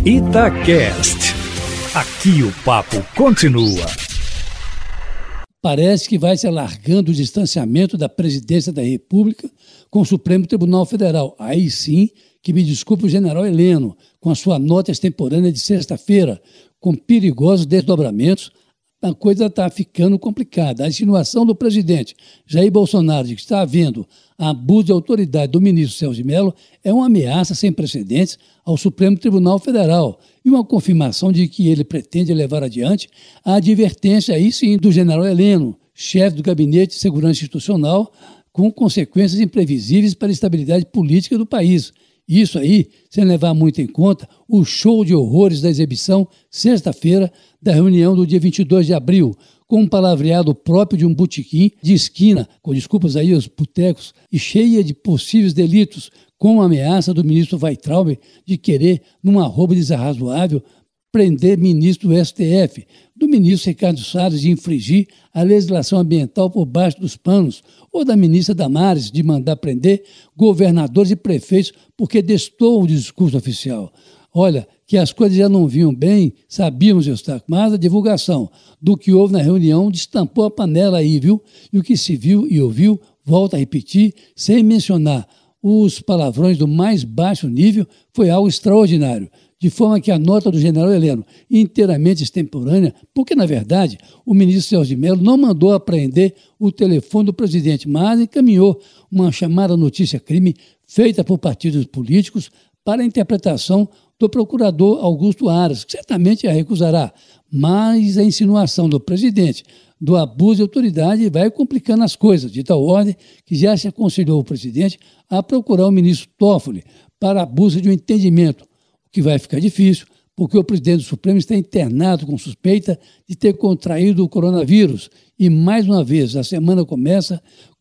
Itacast. Aqui o papo continua. Parece que vai se alargando o distanciamento da presidência da República com o Supremo Tribunal Federal. Aí sim, que me desculpe o general Heleno, com a sua nota extemporânea de sexta-feira, com perigosos desdobramentos, a coisa está ficando complicada. A insinuação do presidente Jair Bolsonaro de que está havendo abuso de autoridade do ministro Celso de Mello é uma ameaça sem precedentes ao Supremo Tribunal Federal e uma confirmação de que ele pretende levar adiante a advertência, aí sim, do general Heleno, chefe do Gabinete de Segurança Institucional, com consequências imprevisíveis para a estabilidade política do país. Isso aí, sem levar muito em conta o show de horrores da exibição, sexta-feira, da reunião do dia 22 de abril, com um palavreado próprio de um botequim de esquina, com desculpas aí aos botecos, e cheia de possíveis delitos, com a ameaça do ministro Weintraub de querer, num arrobo desarrazoável, prender ministro do STF, do ministro Ricardo Salles de infringir a legislação ambiental por baixo dos panos, ou da ministra Damares de mandar prender governadores e prefeitos porque destoam o discurso oficial. Olha, que as coisas já não vinham bem, sabíamos, Eustáquio, mas a divulgação do que houve na reunião destampou a panela aí, viu? E o que se viu e ouviu, volta a repetir, sem mencionar os palavrões do mais baixo nível, foi algo extraordinário. De forma que a nota do general Heleno, inteiramente extemporânea, porque, na verdade, o ministro Celso de Mello não mandou apreender o telefone do presidente, mas encaminhou uma chamada notícia-crime feita por partidos políticos para a interpretação do procurador Augusto Aras, que certamente a recusará. Mas a insinuação do presidente do abuso de autoridade vai complicando as coisas, de tal ordem que já se aconselhou o presidente a procurar o ministro Toffoli para a busca de um entendimento, o que vai ficar difícil, porque o presidente do Supremo está internado com suspeita de ter contraído o coronavírus. E, mais uma vez, a semana começa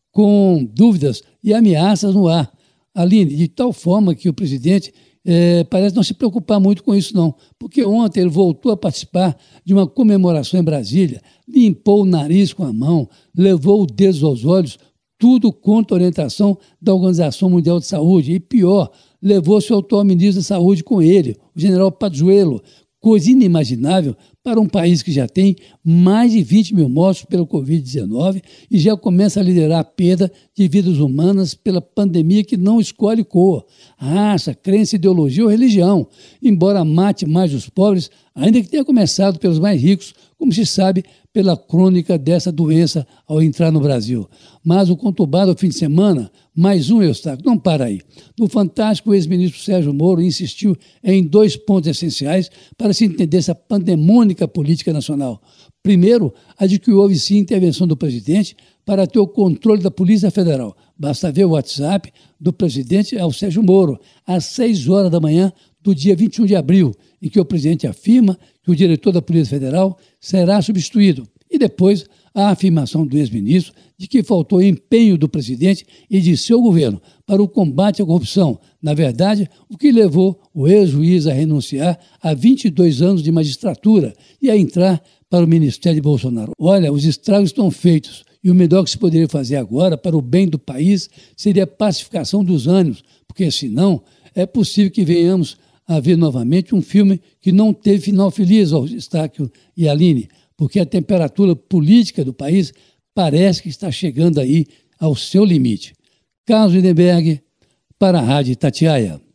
com dúvidas e ameaças no ar. Aline, de tal forma que o presidente parece não se preocupar muito com isso, não. Porque ontem ele voltou a participar de uma comemoração em Brasília, limpou o nariz com a mão, levou o dedo aos olhos, tudo contra a orientação da Organização Mundial de Saúde. E pior, levou seu atual ministro da Saúde com ele, o general Pazuello, coisa inimaginável para um país que já tem mais de 20 mil mortos pelo Covid-19 e já começa a liderar a perda de vidas humanas pela pandemia que não escolhe cor, raça, crença, ideologia ou religião, embora mate mais os pobres, ainda que tenha começado pelos mais ricos, como se sabe pela crônica dessa doença ao entrar no Brasil. Mas o conturbado fim de semana, mais um Eustáquio, não para aí. No Fantástico, o ex-ministro Sérgio Moro insistiu em 2 pontos essenciais para se entender essa pandemônica política nacional. Primeiro, a de que houve sim intervenção do presidente para ter o controle da Polícia Federal. Basta ver o WhatsApp do presidente ao Sérgio Moro, às 6 horas da manhã do dia 21 de abril, em que o presidente afirma que o diretor da Polícia Federal será substituído. E depois a afirmação do ex-ministro de que faltou empenho do presidente e de seu governo para o combate à corrupção. Na verdade, o que levou o ex-juiz a renunciar a 22 anos de magistratura e a entrar para o Ministério de Bolsonaro. Olha, os estragos estão feitos e o melhor que se poderia fazer agora para o bem do país seria a pacificação dos ânimos, porque senão é possível que venhamos a ver novamente um filme que não teve final feliz, Eustáquio e Aline, porque a temperatura política do país parece que está chegando aí ao seu limite. Carlos Lindenberg, para a Rádio Itatiaia.